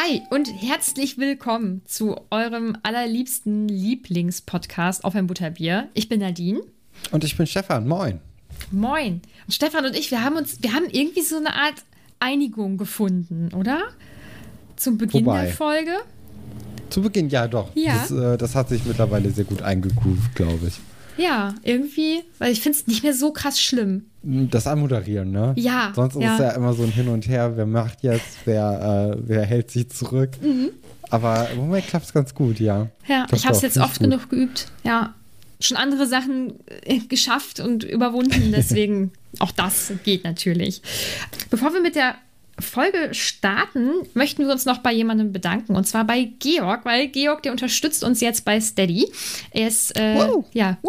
Hi und herzlich willkommen zu eurem allerliebsten Lieblingspodcast auf ein Butterbier. Ich bin Nadine. Und ich bin Stefan. Moin. Moin. Und Stefan und ich, wir haben irgendwie so eine Art Einigung gefunden, oder? Zum Beginn der Folge. Zu Beginn, ja doch. Ja. Das hat sich mittlerweile sehr gut eingegroovt, glaube ich. Ja, irgendwie, weil ich finde es nicht mehr so krass schlimm. Das Anmoderieren, ne? Ja. Sonst ist es ja immer so ein Hin und Her, wer macht jetzt, wer hält sich zurück. Mhm. Aber im Moment klappt es ganz gut, ja. Ja, ich habe es jetzt oft genug geübt, ja. Schon andere Sachen geschafft und überwunden, deswegen auch das geht natürlich. Bevor wir mit der Folge starten, möchten wir uns noch bei jemandem bedanken, und zwar bei Georg, weil Georg, der unterstützt uns jetzt bei Steady. Er ist, er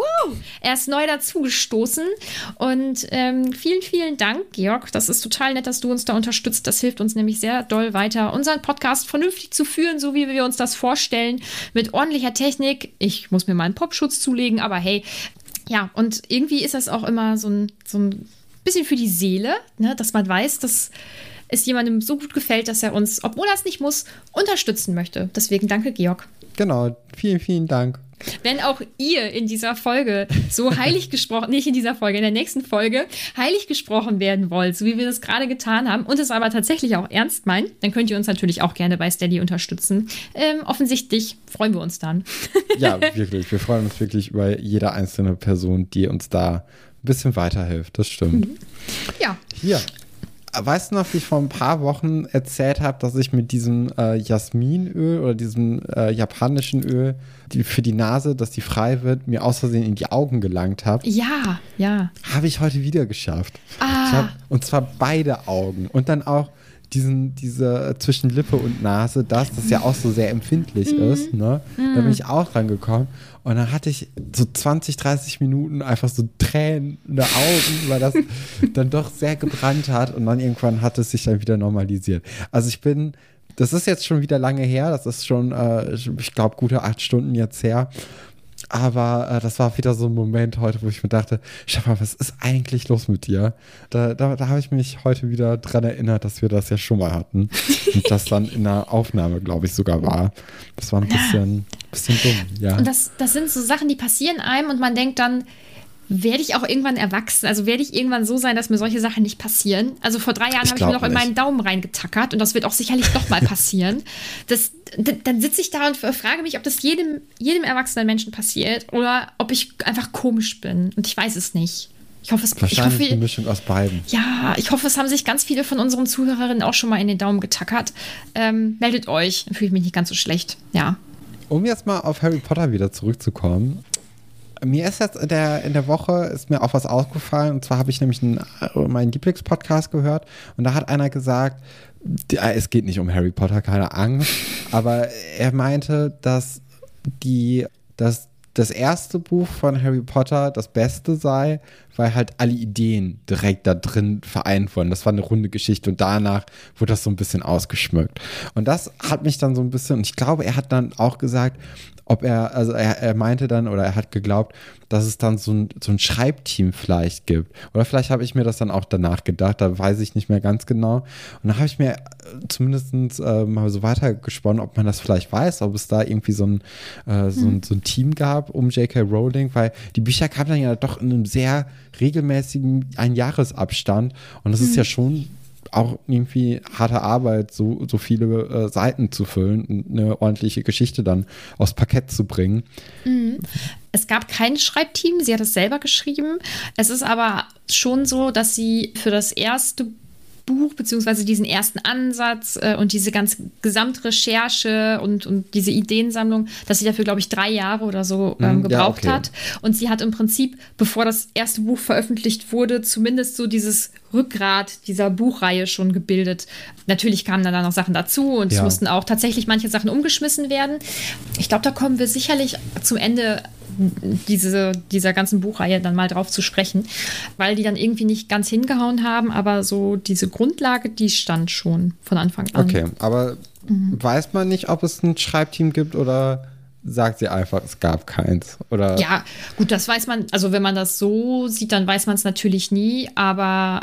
ist neu dazugestoßen und vielen, vielen Dank, Georg. Das ist total nett, dass du uns da unterstützt. Das hilft uns nämlich sehr doll weiter, unseren Podcast vernünftig zu führen, so wie wir uns das vorstellen, mit ordentlicher Technik. Ich muss mir mal einen Popschutz zulegen, aber hey, ja, und irgendwie ist das auch immer so ein bisschen für die Seele, ne, dass man weiß, dass es jemandem so gut gefällt, dass er uns, obwohl er es nicht muss, unterstützen möchte. Deswegen danke, Georg. Genau, vielen, vielen Dank. Wenn auch ihr in dieser Folge so heilig gesprochen, nicht in dieser Folge, in der nächsten Folge, heilig gesprochen werden wollt, so wie wir das gerade getan haben und es aber tatsächlich auch ernst meint, dann könnt ihr uns natürlich auch gerne bei Steady unterstützen. Offensichtlich freuen wir uns dann. Ja, wirklich. Wir freuen uns wirklich über jede einzelne Person, die uns da ein bisschen weiterhilft. Das stimmt. Ja. Hier. Weißt du noch, wie ich vor ein paar Wochen erzählt habe, dass ich mit diesem Jasminöl oder diesem japanischen Öl für die Nase, dass die frei wird, mir aus Versehen in die Augen gelangt habe? Ja, ja. Habe ich heute wieder geschafft. Ah. Und zwar beide Augen. Und dann auch diese zwischen Lippe und Nase, das ja auch so sehr empfindlich ist. Ne? Da bin ich auch dran gekommen. Und dann hatte ich so 20, 30 Minuten einfach so tränende Augen, weil das dann doch sehr gebrannt hat. Und dann irgendwann hat es sich dann wieder normalisiert. Also das ist jetzt schon wieder lange her. Das ist schon, ich glaube, gute 8 Stunden jetzt her. Aber das war wieder so ein Moment heute, wo ich mir dachte, Stefan, was ist eigentlich los mit dir? Da habe ich mich heute wieder dran erinnert, dass wir das ja schon mal hatten. Und das dann in der Aufnahme, glaube ich, sogar war. Das war ein bisschen dumm, ja. Und das sind so Sachen, die passieren einem und man denkt dann, werde ich auch irgendwann erwachsen? Also werde ich irgendwann so sein, dass mir solche Sachen nicht passieren? Also vor 3 Jahren habe ich mir noch in meinen Daumen reingetackert und das wird auch sicherlich noch mal passieren. Dann sitze ich da und frage mich, ob das jedem erwachsenen Menschen passiert oder ob ich einfach komisch bin. Und ich weiß es nicht. Wahrscheinlich eine Mischung aus beiden. Ja, ich hoffe, es haben sich ganz viele von unseren Zuhörerinnen auch schon mal in den Daumen getackert. Meldet euch, dann fühle ich mich nicht ganz so schlecht. Ja. Um jetzt mal auf Harry Potter wieder zurückzukommen. Mir ist jetzt in der Woche ist mir auch was aufgefallen, und zwar habe ich nämlich meinen Lieblingspodcast gehört und da hat einer gesagt, es geht nicht um Harry Potter, keine Angst, aber er meinte, dass das erste Buch von Harry Potter das Beste sei, weil halt alle Ideen direkt da drin vereint wurden. Das war eine runde Geschichte und danach wurde das so ein bisschen ausgeschmückt. Und das hat mich dann so ein bisschen, und ich glaube, er hat dann auch gesagt, er meinte dann, oder er hat geglaubt, dass es dann so ein Schreibteam vielleicht gibt. Oder vielleicht habe ich mir das dann auch danach gedacht, da weiß ich nicht mehr ganz genau. Und da habe ich mir zumindest mal so weitergesponnen, ob man das vielleicht weiß, ob es da irgendwie so ein Team gab um J.K. Rowling, weil die Bücher kamen dann ja doch in einem sehr regelmäßigen Einjahresabstand. Und das ist ja schon auch irgendwie harte Arbeit, so viele Seiten zu füllen und eine ordentliche Geschichte dann aufs Parkett zu bringen. Es gab kein Schreibteam, sie hat es selber geschrieben. Es ist aber schon so, dass sie für das erste Buch, beziehungsweise diesen ersten Ansatz und diese ganze Gesamtrecherche und diese Ideensammlung, dass sie dafür, glaube ich, 3 Jahre oder so gebraucht hat. Und sie hat im Prinzip, bevor das erste Buch veröffentlicht wurde, zumindest so dieses Rückgrat dieser Buchreihe schon gebildet. Natürlich kamen dann noch Sachen dazu und es mussten auch tatsächlich manche Sachen umgeschmissen werden. Ich glaube, da kommen wir sicherlich zum Ende dieser ganzen Buchreihe dann mal drauf zu sprechen, weil die dann irgendwie nicht ganz hingehauen haben, aber so diese Grundlage, die stand schon von Anfang an. Okay, aber weiß man nicht, ob es ein Schreibteam gibt oder sagt sie einfach, es gab keins? Oder? Ja, gut, das weiß man, also wenn man das so sieht, dann weiß man es natürlich nie, aber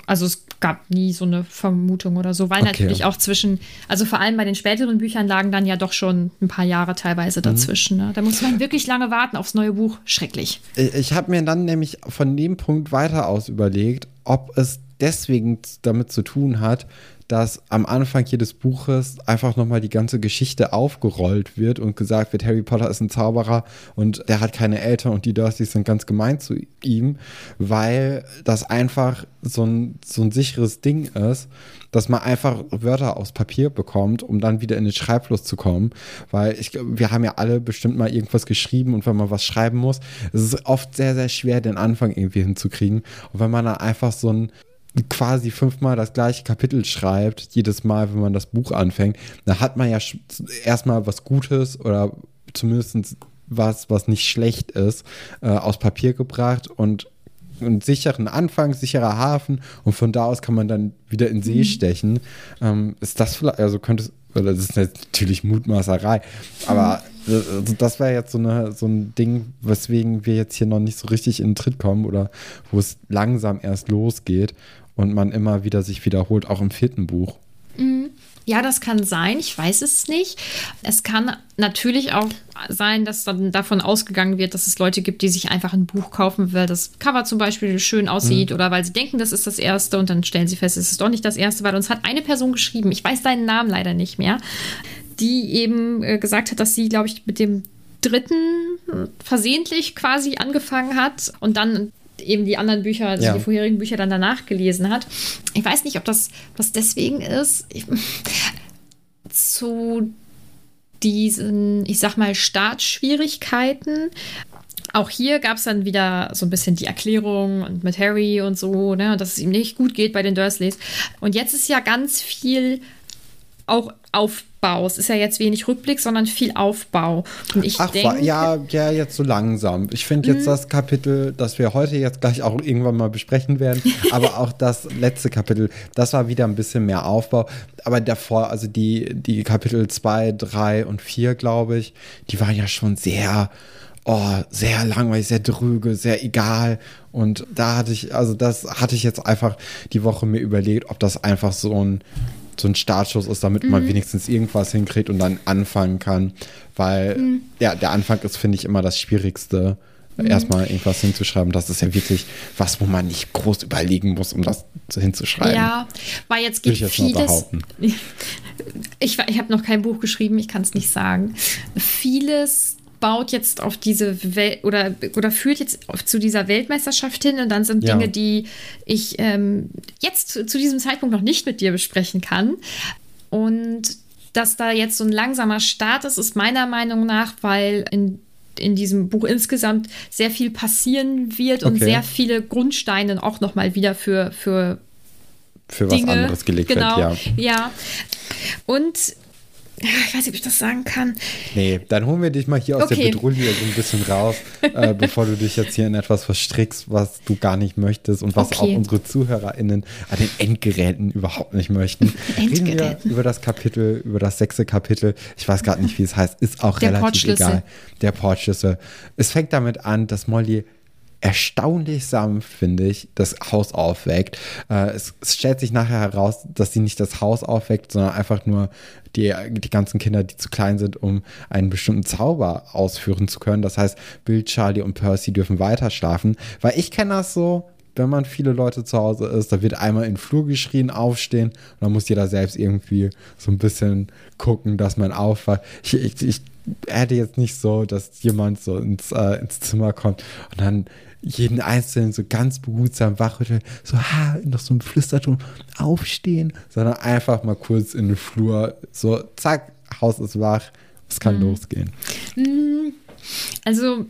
also es gab nie so eine Vermutung oder so, weil natürlich auch also vor allem bei den späteren Büchern lagen dann ja doch schon ein paar Jahre teilweise dazwischen. Ne? Da muss man wirklich lange warten aufs neue Buch. Schrecklich. Ich habe mir dann nämlich von dem Punkt weiter aus überlegt, ob es deswegen damit zu tun hat, dass am Anfang jedes Buches einfach nochmal die ganze Geschichte aufgerollt wird und gesagt wird, Harry Potter ist ein Zauberer und der hat keine Eltern und die Dursleys sind ganz gemein zu ihm, weil das einfach so ein sicheres Ding ist, dass man einfach Wörter aufs Papier bekommt, um dann wieder in den Schreibfluss zu kommen, weil wir haben ja alle bestimmt mal irgendwas geschrieben und wenn man was schreiben muss, es ist oft sehr, sehr schwer, den Anfang irgendwie hinzukriegen und wenn man dann einfach quasi 5-mal das gleiche Kapitel schreibt, jedes Mal, wenn man das Buch anfängt, dann hat man ja erstmal was Gutes oder zumindest was nicht schlecht ist, aus Papier gebracht und einen sicheren Anfang, sicherer Hafen und von da aus kann man dann wieder in See stechen. Ist das vielleicht, also das ist natürlich Mutmaßerei, aber das wäre jetzt so ein Ding, weswegen wir jetzt hier noch nicht so richtig in den Tritt kommen oder wo es langsam erst losgeht und man immer wieder sich wiederholt, auch im 4. Buch. Ja, das kann sein. Ich weiß es nicht. Es kann natürlich auch sein, dass dann davon ausgegangen wird, dass es Leute gibt, die sich einfach ein Buch kaufen, weil das Cover zum Beispiel schön aussieht oder weil sie denken, das ist das erste und dann stellen sie fest, es ist doch nicht das erste, weil uns hat eine Person geschrieben, ich weiß deinen Namen leider nicht mehr, die eben gesagt hat, dass sie, glaube ich, mit dem 3. versehentlich quasi angefangen hat und dann eben die anderen Bücher, also die vorherigen Bücher dann danach gelesen hat. Ich weiß nicht, ob das deswegen ist. Zu diesen, ich sag mal, Startschwierigkeiten. Auch hier gab es dann wieder so ein bisschen die Erklärung und mit Harry und so, ne, dass es ihm nicht gut geht bei den Dursleys. Und jetzt ist ja ganz viel auch Aufbau. Es ist ja jetzt wenig Rückblick, sondern viel Aufbau. Und ich denke, ja, jetzt so langsam. Ich finde jetzt das Kapitel, das wir heute jetzt gleich auch irgendwann mal besprechen werden, aber auch das letzte Kapitel, das war wieder ein bisschen mehr Aufbau. Aber davor, also die Kapitel 2, 3 und 4, glaube ich, die waren ja schon sehr langweilig, sehr dröge, sehr egal. Und das hatte ich jetzt einfach die Woche mir überlegt, ob das einfach so ein Startschuss ist, damit man wenigstens irgendwas hinkriegt und dann anfangen kann. Weil der Anfang ist, finde ich, immer das Schwierigste, erstmal irgendwas hinzuschreiben. Das ist ja wirklich was, wo man nicht groß überlegen muss, um das hinzuschreiben. Ja, weil jetzt geht vieles. Ich habe noch kein Buch geschrieben, ich kann es nicht sagen. Vieles baut jetzt auf diese Welt oder führt jetzt zu dieser Weltmeisterschaft hin und dann sind Dinge, die ich jetzt zu diesem Zeitpunkt noch nicht mit dir besprechen kann. Und dass da jetzt so ein langsamer Start ist meiner Meinung nach, weil in diesem Buch insgesamt sehr viel passieren wird und sehr viele Grundsteine auch nochmal wieder für was Dinge, anderes gelegt wird, ja. Und ich weiß nicht, ob ich das sagen kann. Nee, dann holen wir dich mal hier aus der Bedrulle so ein bisschen raus, bevor du dich jetzt hier in etwas verstrickst, was du gar nicht möchtest und was auch unsere ZuhörerInnen an den Endgeräten überhaupt nicht möchten. Reden wir über das Kapitel, über das 6. Kapitel. Ich weiß gerade nicht, wie es heißt. Ist auch relativ egal. Der Portschlüssel. Es fängt damit an, dass Molly erstaunlich sanft, finde ich, das Haus aufweckt. Es stellt sich nachher heraus, dass sie nicht das Haus aufweckt, sondern einfach nur die ganzen Kinder, die zu klein sind, um einen bestimmten Zauber ausführen zu können. Das heißt, Bill, Charlie und Percy dürfen weiter schlafen. Weil ich kenne das so, wenn man viele Leute zu Hause ist, da wird einmal in den Flur geschrien, aufstehen und dann muss jeder selbst irgendwie so ein bisschen gucken, dass man aufwacht. Ich hätte jetzt nicht so, dass jemand so ins Zimmer kommt und dann jeden Einzelnen so ganz behutsam wachrütteln, so noch so ein Flüsterton aufstehen, sondern einfach mal kurz in den Flur, so zack, Haus ist wach, es kann losgehen. Also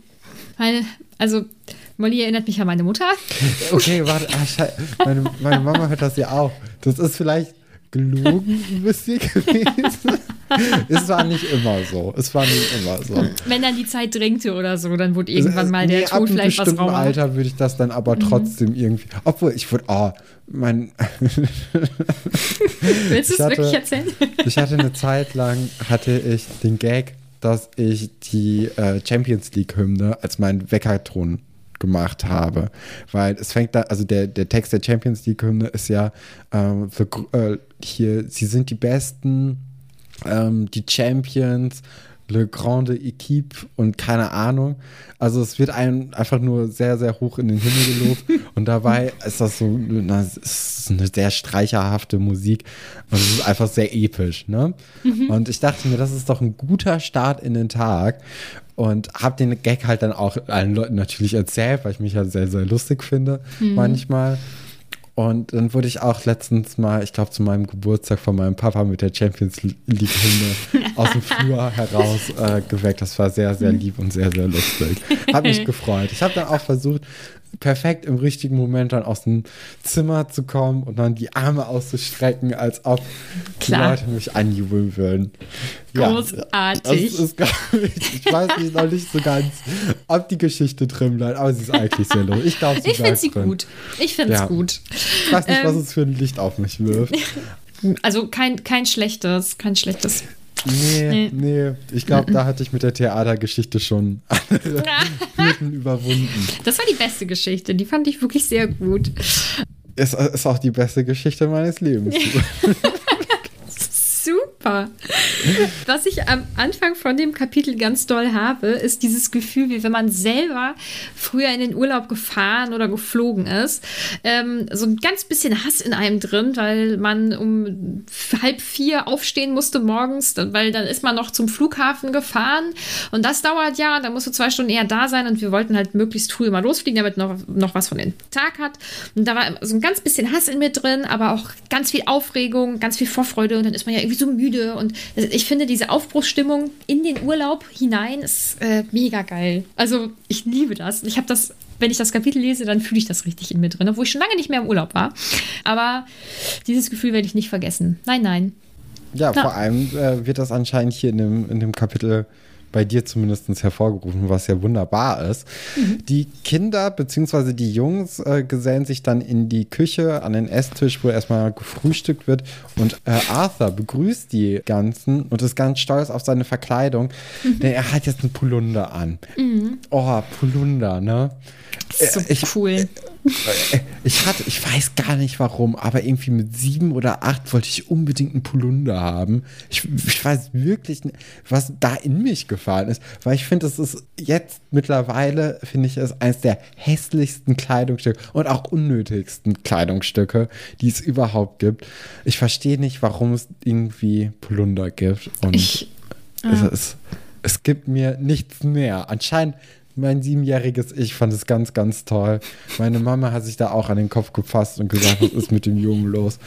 Molly erinnert mich an meine Mutter. Okay, warte, meine Mama hört das ja auch. Das ist vielleicht gelogen ein bisschen gewesen. Es war nicht immer so. Wenn dann die Zeit drängte oder so, dann wurde irgendwann mal der Tod vielleicht was rauer. Ab einem bestimmten Alter würde ich das dann aber trotzdem irgendwie, obwohl ich würde, Willst du es wirklich erzählen? Ich hatte eine Zeit lang, den Gag, dass ich die Champions League-Hymne als meinen Weckerton gemacht habe. Weil es fängt da, also der Text der Champions League-Hymne ist ja hier, sie sind die Besten, die Champions, Le Grande Équipe und keine Ahnung. Also es wird einem einfach nur sehr, sehr hoch in den Himmel gelobt und dabei ist das so, es ist eine sehr streicherhafte Musik und es ist einfach sehr episch, ne? Und ich dachte mir, das ist doch ein guter Start in den Tag und habe den Gag halt dann auch allen Leuten natürlich erzählt, weil ich mich halt sehr, sehr lustig finde manchmal. Und dann wurde ich auch letztens mal, ich glaube zu meinem Geburtstag von meinem Papa mit der Champions League-Hymne aus dem Flur heraus geweckt. Das war sehr, sehr lieb und sehr, sehr lustig. Hat mich gefreut. Ich habe dann auch versucht, perfekt im richtigen Moment dann aus dem Zimmer zu kommen und dann die Arme auszustrecken, als ob die Leute mich anjubeln würden. Ja, großartig. Das ist gar nicht, ich weiß nicht, noch nicht so ganz, ob die Geschichte drin bleibt, aber sie ist eigentlich sehr lustig. Ich glaube, ich finde sie gut. Ich finde es gut. Ich weiß nicht, was es für ein Licht auf mich wirft. Also kein schlechtes. Nee. Ich glaube, da hatte ich mit der Theatergeschichte schon andere Hürden überwunden. Das war die beste Geschichte. Die fand ich wirklich sehr gut. Es ist auch die beste Geschichte meines Lebens. Super. Was ich am Anfang von dem Kapitel ganz doll habe, ist dieses Gefühl, wie wenn man selber früher in den Urlaub gefahren oder geflogen ist. So ein ganz bisschen Hass in einem drin, weil man um 3:30 aufstehen musste morgens, weil dann ist man noch zum Flughafen gefahren und das dauert ja, da musst du 2 Stunden eher da sein und wir wollten halt möglichst früh mal losfliegen, damit noch was von dem Tag hat. Und da war so ein ganz bisschen Hass in mir drin, aber auch ganz viel Aufregung, ganz viel Vorfreude und dann ist man ja irgendwie so müde und ich finde diese Aufbruchsstimmung in den Urlaub hinein ist mega geil. Also ich liebe das. Ich habe das, wenn ich das Kapitel lese, dann fühle ich das richtig in mir drin, obwohl ich schon lange nicht mehr im Urlaub war. Aber dieses Gefühl werde ich nicht vergessen. Nein. Ja, vor allem wird das anscheinend hier in dem Kapitel bei dir zumindest hervorgerufen, was ja wunderbar ist. Die Kinder bzw. die Jungs gesellen sich dann in die Küche an den Esstisch, wo erstmal gefrühstückt wird und Arthur begrüßt die Ganzen und ist ganz stolz auf seine Verkleidung, denn er hat jetzt einen Polunder an. Oh, Polunder, ne? So cool. Ich weiß gar nicht warum, aber irgendwie mit 7 oder 8 wollte ich unbedingt einen Polunder haben. Ich weiß wirklich nicht, was da in mich gefahren ist, weil ich finde, es ist jetzt mittlerweile, finde ich es eines der hässlichsten Kleidungsstücke und auch unnötigsten Kleidungsstücke, die es überhaupt gibt. Ich verstehe nicht, warum es irgendwie Polunder gibt und es gibt mir nichts mehr. Anscheinend mein 7-jähriges Ich fand es ganz, ganz toll. Meine Mama hat sich da auch an den Kopf gefasst und gesagt, was ist mit dem Jungen los?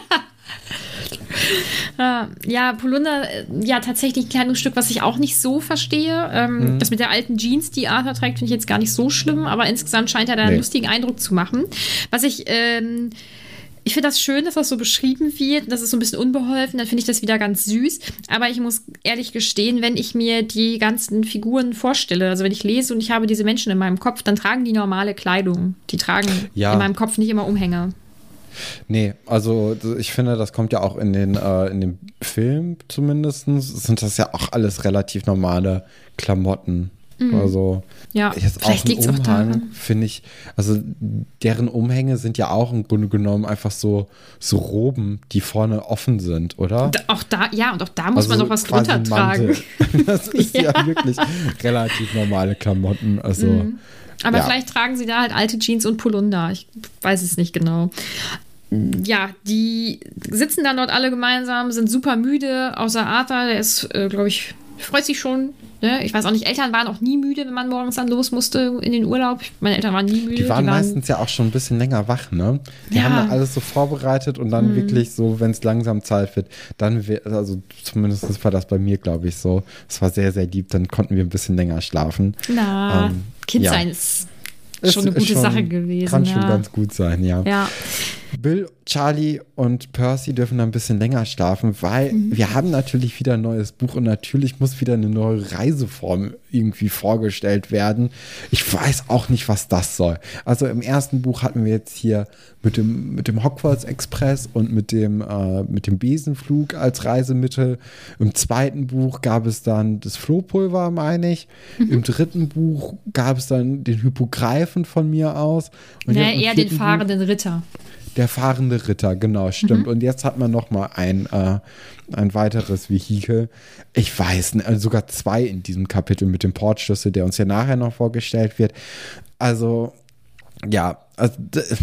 Ja, Polunder, ja, tatsächlich ein Kleidungsstück, was ich auch nicht so verstehe. Das mit der alten Jeans, die Arthur trägt, finde ich jetzt gar nicht so schlimm, aber insgesamt scheint er da einen lustigen Eindruck zu machen. Was ich finde das schön, dass das so beschrieben wird. Das ist so ein bisschen unbeholfen. Dann finde ich das wieder ganz süß. Aber ich muss ehrlich gestehen, wenn ich mir die ganzen Figuren vorstelle, also wenn ich lese und ich habe diese Menschen in meinem Kopf, dann tragen die normale Kleidung. Die tragen in meinem Kopf nicht immer Umhänge. Nee, also ich finde, das kommt ja auch in dem Film zumindest, sind das ja auch alles relativ normale Klamotten. Also jetzt auch ein Umhang, finde ich, also deren Umhänge sind ja auch im Grunde genommen einfach so Roben, die vorne offen sind, oder? Und auch da muss man noch was drunter tragen. Das ist ja wirklich relativ normale Klamotten, also. Aber vielleicht tragen sie da halt alte Jeans und Polunder, ich weiß es nicht genau. Ja, die sitzen dann dort alle gemeinsam, sind super müde, außer Arthur, der ist, glaube ich, freut sich schon. Ne? Ich weiß auch nicht, Eltern waren auch nie müde, wenn man morgens dann los musste in den Urlaub. Meine Eltern waren nie müde. Die waren meistens ja auch schon ein bisschen länger wach, ne? Die haben dann alles so vorbereitet und dann wirklich so, wenn es langsam Zeit wird, dann, also zumindest war das bei mir, glaube ich, so. Es war sehr, sehr lieb, dann konnten wir ein bisschen länger schlafen. Kind sein ist schon eine gute Sache gewesen. Kann schon ganz gut sein, ja. Bill, Charlie und Percy dürfen da ein bisschen länger schlafen, weil wir haben natürlich wieder ein neues Buch und natürlich muss wieder eine neue Reiseform irgendwie vorgestellt werden. Ich weiß auch nicht, was das soll. Also im ersten Buch hatten wir jetzt hier mit dem Hogwarts Express und mit dem Besenflug als Reisemittel. Im zweiten Buch gab es dann das Flohpulver, meine ich. Im dritten Buch gab es dann den Hippogreifen von mir aus. Und eher den fahrenden Ritter. Der fahrende Ritter, genau, stimmt. Und jetzt hat man noch mal ein weiteres Vehikel. Ich weiß, also sogar 2 in diesem Kapitel mit dem Portschlüssel, der uns ja nachher noch vorgestellt wird. Also, ja, also,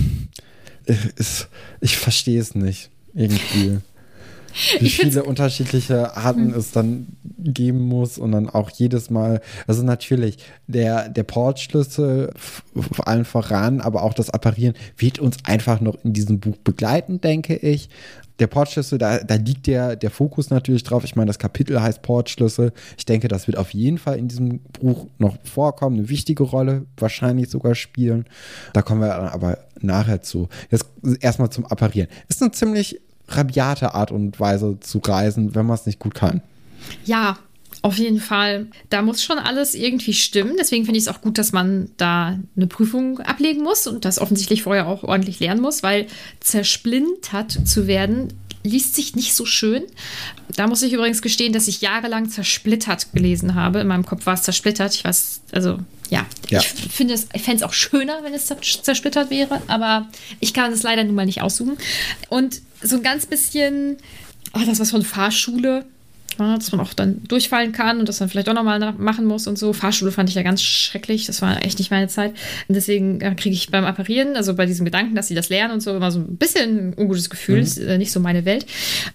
ich verstehe es nicht. Irgendwie. Wie viele unterschiedliche Arten es dann geben muss und dann auch jedes Mal, also natürlich, der Portschlüssel vor allem voran, aber auch das Apparieren wird uns einfach noch in diesem Buch begleiten, denke ich. Der Portschlüssel, da liegt der Fokus natürlich drauf. Ich meine, das Kapitel heißt Portschlüssel. Ich denke, das wird auf jeden Fall in diesem Buch noch vorkommen, eine wichtige Rolle, wahrscheinlich sogar spielen. Da kommen wir aber nachher zu. Jetzt erstmal zum Apparieren. Ist eine ziemlich rabiate Art und Weise zu reisen, wenn man es nicht gut kann. Ja, auf jeden Fall. Da muss schon alles irgendwie stimmen. Deswegen finde ich es auch gut, dass man da eine Prüfung ablegen muss und das offensichtlich vorher auch ordentlich lernen muss, weil zersplintert zu werden, liest sich nicht so schön. Da muss ich übrigens gestehen, dass ich jahrelang zersplittert gelesen habe. In meinem Kopf war es zersplittert. Ich weiß, also ja. Ich fände es auch schöner, wenn es zersplittert wäre, aber ich kann es leider nun mal nicht aussuchen. Und so ein ganz bisschen, das was von Fahrschule, dass man auch dann durchfallen kann und das dann vielleicht auch nochmal machen muss und so. Fahrschule fand ich ja ganz schrecklich. Das war echt nicht meine Zeit. Und deswegen kriege ich beim Apparieren, also bei diesem Gedanken, dass sie das lernen und so, immer so ein bisschen ein ungutes Gefühl. Ist nicht so meine Welt.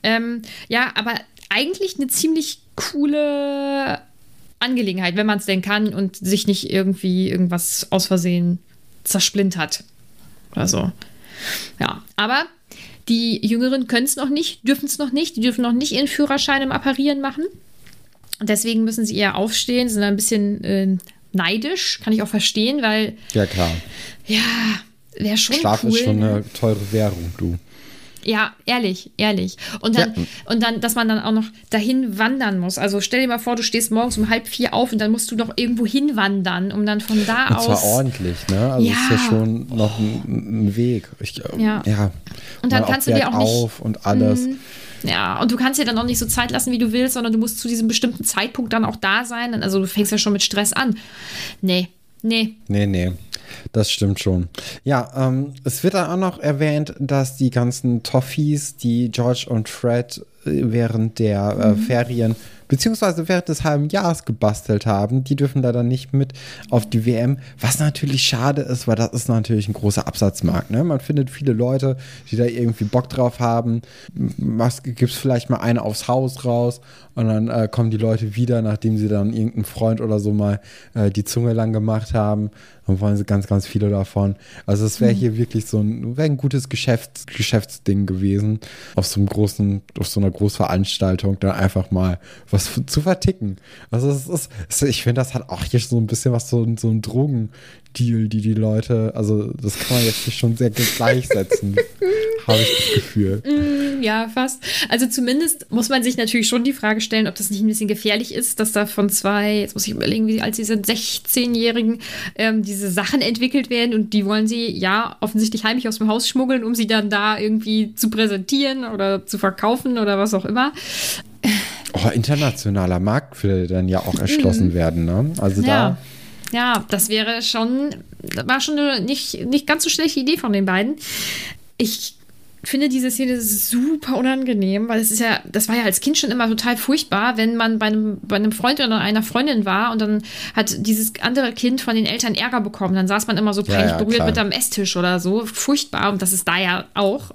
Ja, aber eigentlich eine ziemlich coole Angelegenheit, wenn man es denn kann und sich nicht irgendwie irgendwas aus Versehen zersplintert. Also, ja. Aber die Jüngeren können es noch nicht, dürfen es noch nicht. Die dürfen noch nicht ihren Führerschein im Apparieren machen. Deswegen müssen sie eher aufstehen, sind ein bisschen neidisch, kann ich auch verstehen, weil... Ja, klar. Ja, wäre schon Schlaf cool. ist schon eine teure Währung, du. Ja, ehrlich. Und dann, dass man dann auch noch dahin wandern muss. Also stell dir mal vor, du stehst morgens um 3:30 auf und dann musst du noch irgendwo hinwandern, um dann von da aus... Und zwar ordentlich, ne? Also ist ja schon noch ein Weg. Ja. Und dann kannst du dir auch nicht... auf und alles. Ja, und du kannst dir dann auch nicht so Zeit lassen, wie du willst, sondern du musst zu diesem bestimmten Zeitpunkt dann auch da sein. Also du fängst ja schon mit Stress an. Nee. Das stimmt schon. Ja, es wird dann auch noch erwähnt, dass die ganzen Toffees, die George und Fred während der Ferien beziehungsweise während des halben Jahres gebastelt haben, die dürfen da dann nicht mit auf die WM, was natürlich schade ist, weil das ist natürlich ein großer Absatzmarkt. Ne? Man findet viele Leute, die da irgendwie Bock drauf haben. Gibt es vielleicht mal eine aufs Haus raus und dann kommen die Leute wieder, nachdem sie dann irgendeinen Freund oder so mal die Zunge lang gemacht haben. Dann wollen sie ganz, ganz viele davon. Also es wäre hier wirklich ein gutes Geschäftsding gewesen, auf so einer Großveranstaltung dann einfach mal was zu verticken. Also ich finde, das hat auch hier so ein bisschen was, so ein Drogendeal, die Leute, also das kann man jetzt nicht schon sehr gleichsetzen, habe ich das Gefühl. Ja, fast. Also zumindest muss man sich natürlich schon die Frage stellen, ob das nicht ein bisschen gefährlich ist, dass da von jetzt muss ich überlegen, wie alt sie sind, 16-Jährigen, diese Sachen entwickelt werden und die wollen sie ja offensichtlich heimlich aus dem Haus schmuggeln, um sie dann da irgendwie zu präsentieren oder zu verkaufen oder was auch immer. Internationaler Markt will dann ja auch erschlossen werden, ne? Also da. Ja, das war schon eine nicht ganz so schlechte Idee von den beiden. Ich finde diese Szene super unangenehm, weil das war ja als Kind schon immer total furchtbar, wenn man bei einem Freund oder einer Freundin war und dann hat dieses andere Kind von den Eltern Ärger bekommen. Dann saß man immer so peinlich berührt mit am Esstisch oder so. Furchtbar. Und das ist da ja auch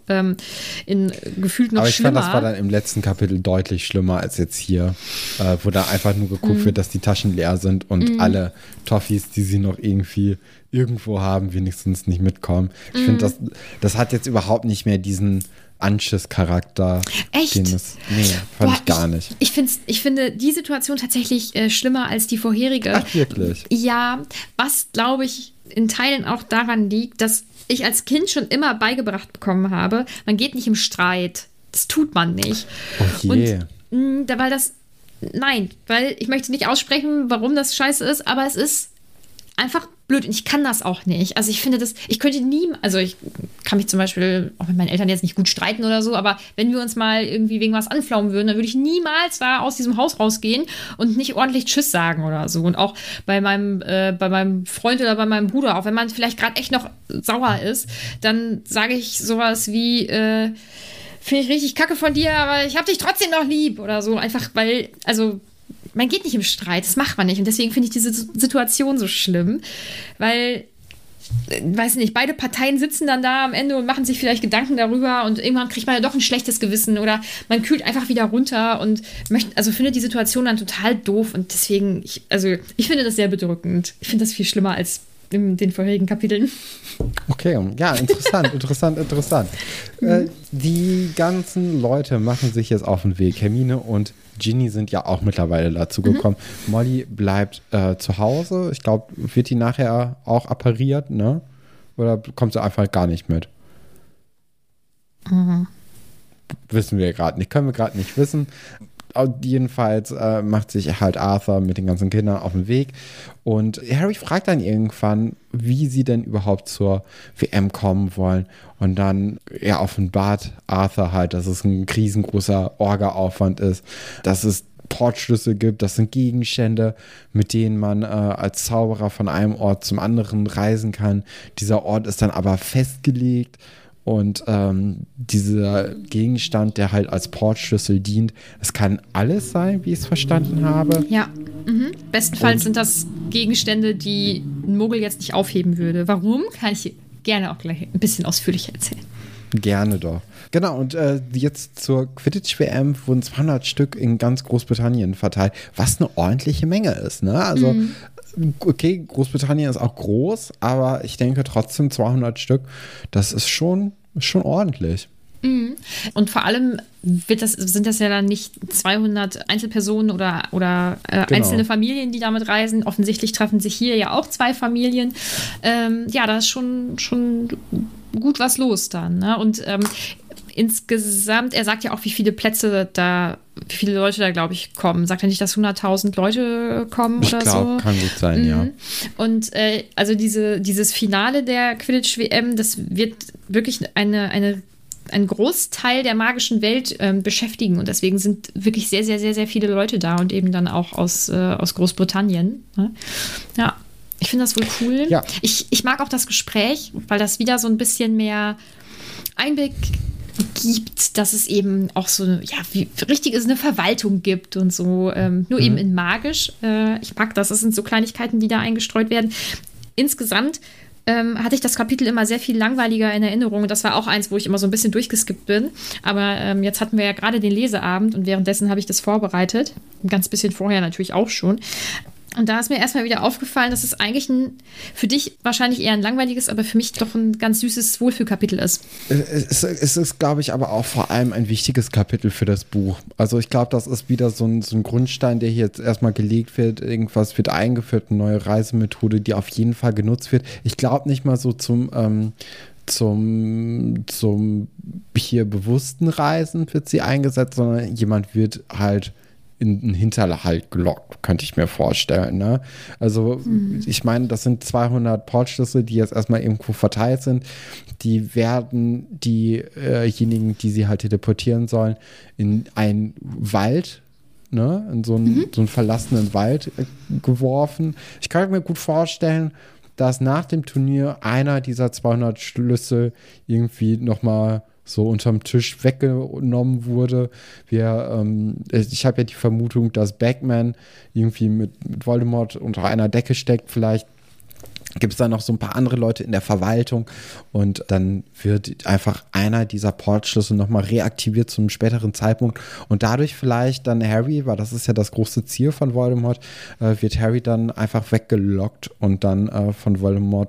in gefühlt noch schlimmer. Aber ich fand, das war dann im letzten Kapitel deutlich schlimmer als jetzt hier, wo da einfach nur geguckt wird, dass die Taschen leer sind und alle Toffees, die sie noch irgendwo haben, wenigstens nicht mitkommen. Ich finde, das hat jetzt überhaupt nicht mehr diesen Anschiss-Charakter. Echt? Fand ich gar nicht. Ich finde die Situation tatsächlich schlimmer als die vorherige. Ach, wirklich? Ja, was, glaube ich, in Teilen auch daran liegt, dass ich als Kind schon immer beigebracht bekommen habe, man geht nicht im Streit. Das tut man nicht. Okay. Und weil ich möchte nicht aussprechen, warum das scheiße ist, aber es ist einfach blöd und ich kann das auch nicht. Also ich finde ich kann mich zum Beispiel auch mit meinen Eltern jetzt nicht gut streiten oder so, aber wenn wir uns mal irgendwie wegen was anflaumen würden, dann würde ich niemals da aus diesem Haus rausgehen und nicht ordentlich Tschüss sagen oder so. Und auch bei meinem Freund oder bei meinem Bruder, auch wenn man vielleicht gerade echt noch sauer ist, dann sage ich sowas wie, finde ich richtig kacke von dir, aber ich habe dich trotzdem noch lieb oder so. Einfach weil, man geht nicht im Streit, das macht man nicht. Und deswegen finde ich diese Situation so schlimm, weil, weiß nicht, beide Parteien sitzen dann da am Ende und machen sich vielleicht Gedanken darüber und irgendwann kriegt man ja doch ein schlechtes Gewissen oder man kühlt einfach wieder runter und findet die Situation dann total doof und deswegen, ich finde das sehr bedrückend. Ich finde das viel schlimmer als in den vorherigen Kapiteln. Okay, ja, interessant. Die ganzen Leute machen sich jetzt auf den Weg. Hermine und Ginny sind ja auch mittlerweile dazu gekommen. Molly bleibt zu Hause. Ich glaube, wird die nachher auch appariert, ne? Oder kommt sie einfach gar nicht mit? Wissen wir gerade nicht. Können wir gerade nicht wissen. Jedenfalls macht sich halt Arthur mit den ganzen Kindern auf den Weg und Harry fragt dann irgendwann, wie sie denn überhaupt zur WM kommen wollen und dann offenbart Arthur halt, dass es ein riesengroßer Orga-Aufwand ist, dass es Portschlüssel gibt, das sind Gegenstände, mit denen man als Zauberer von einem Ort zum anderen reisen kann. Dieser Ort ist dann aber festgelegt. Und dieser Gegenstand, der halt als Portschlüssel dient, das kann alles sein, wie ich es verstanden habe. Ja, bestenfalls sind das Gegenstände, die ein Muggel jetzt nicht aufheben würde. Warum? Kann ich gerne auch gleich ein bisschen ausführlicher erzählen. Gerne doch. Genau, und jetzt zur Quidditch-WM wurden 200 Stück in ganz Großbritannien verteilt, was eine ordentliche Menge ist, ne? Also okay, Großbritannien ist auch groß, aber ich denke trotzdem 200 Stück, das ist schon ordentlich. Und vor allem sind das ja dann nicht 200 Einzelpersonen oder einzelne Familien, die damit reisen. Offensichtlich treffen sich hier ja auch 2 Familien. Da ist schon gut was los dann. Ne? Und insgesamt, er sagt ja auch, wie viele Leute da, glaube ich, kommen. Sagt er nicht, dass 100.000 Leute kommen oder so? Ich glaube, kann gut sein, ja. Und dieses Finale der Quidditch-WM, das wird wirklich einen Großteil der magischen Welt beschäftigen. Und deswegen sind wirklich sehr, sehr, sehr, sehr viele Leute da und eben dann auch aus Großbritannien. Ne? Ja, ich finde das wohl cool. Ja. Ich mag auch das Gespräch, weil das wieder so ein bisschen mehr Einblick gibt, dass es eben auch so wie richtig ist, eine Verwaltung gibt und so, nur eben in magisch. Ich mag das, sind so Kleinigkeiten, die da eingestreut werden. Insgesamt hatte ich das Kapitel immer sehr viel langweiliger in Erinnerung. Das war auch eins, wo ich immer so ein bisschen durchgeskippt bin. Aber jetzt hatten wir ja gerade den Leseabend und währenddessen habe ich das vorbereitet. Ein ganz bisschen vorher natürlich auch schon. Und da ist mir erstmal wieder aufgefallen, dass es eigentlich für dich wahrscheinlich eher ein langweiliges, aber für mich doch ein ganz süßes Wohlfühlkapitel ist. Es ist, glaube ich, aber auch vor allem ein wichtiges Kapitel für das Buch. Also ich glaube, das ist wieder so ein Grundstein, der hier jetzt erstmal gelegt wird. Irgendwas wird eingeführt, eine neue Reisemethode, die auf jeden Fall genutzt wird. Ich glaube nicht mal so zum hier bewussten Reisen wird sie eingesetzt, sondern jemand wird halt in den Hinterhalt gelockt, könnte ich mir vorstellen. Ne? Also ich meine, das sind 200 Portschlüssel, die jetzt erstmal irgendwo verteilt sind. Die werden diejenigen, die sie halt teleportieren sollen, in einen Wald, ne? In so einen verlassenen Wald geworfen. Ich kann mir gut vorstellen, dass nach dem Turnier einer dieser 200 Schlüssel irgendwie nochmal so unterm Tisch weggenommen wurde. Ich habe ja die Vermutung, dass Bagman irgendwie mit Voldemort unter einer Decke steckt. Vielleicht gibt es da noch so ein paar andere Leute in der Verwaltung und dann wird einfach einer dieser Portschlüssel nochmal reaktiviert zu einem späteren Zeitpunkt und dadurch vielleicht dann Harry, weil das ist ja das große Ziel von Voldemort, wird Harry dann einfach weggelockt und dann von Voldemort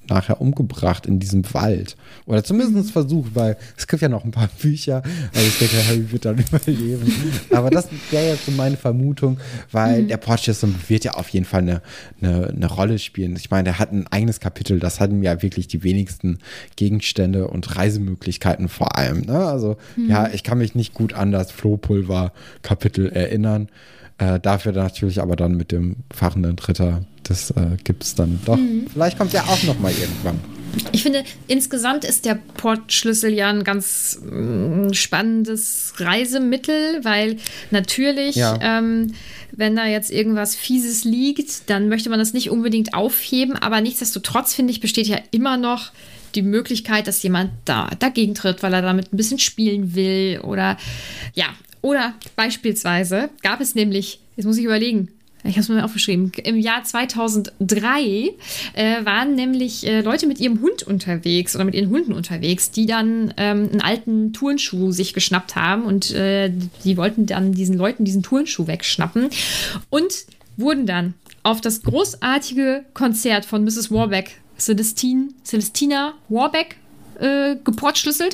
nachher umgebracht in diesem Wald. Oder zumindest versucht, weil es gibt ja noch ein paar Bücher. Also ich denke, Harry wird dann überleben. Aber das wäre jetzt so meine Vermutung, weil der Portschlüssel wird ja auf jeden Fall eine Rolle spielen. Ich meine, der hat ein eigenes Kapitel. Das hatten ja wirklich die wenigsten Gegenstände und Reisemöglichkeiten vor allem. Ne? Also ja, ich kann mich nicht gut an das Flohpulver-Kapitel erinnern. Dafür natürlich aber dann mit dem fahrenden Ritter, das gibt es dann doch. Vielleicht kommt der auch noch mal irgendwann. Ich finde, insgesamt ist der Portschlüssel ja ein ganz spannendes Reisemittel, weil natürlich, wenn da jetzt irgendwas Fieses liegt, dann möchte man das nicht unbedingt aufheben, aber nichtsdestotrotz, finde ich, besteht ja immer noch die Möglichkeit, dass jemand da dagegen tritt, weil er damit ein bisschen spielen will oder beispielsweise gab es nämlich, jetzt muss ich überlegen, ich habe es mir aufgeschrieben, im Jahr 2003 waren nämlich Leute mit ihrem Hund unterwegs oder mit ihren Hunden unterwegs, die dann einen alten Turnschuh sich geschnappt haben und die wollten dann diesen Leuten diesen Turnschuh wegschnappen und wurden dann auf das großartige Konzert von Mrs. Warbeck, Celestina Warbeck, geportschlüsselt.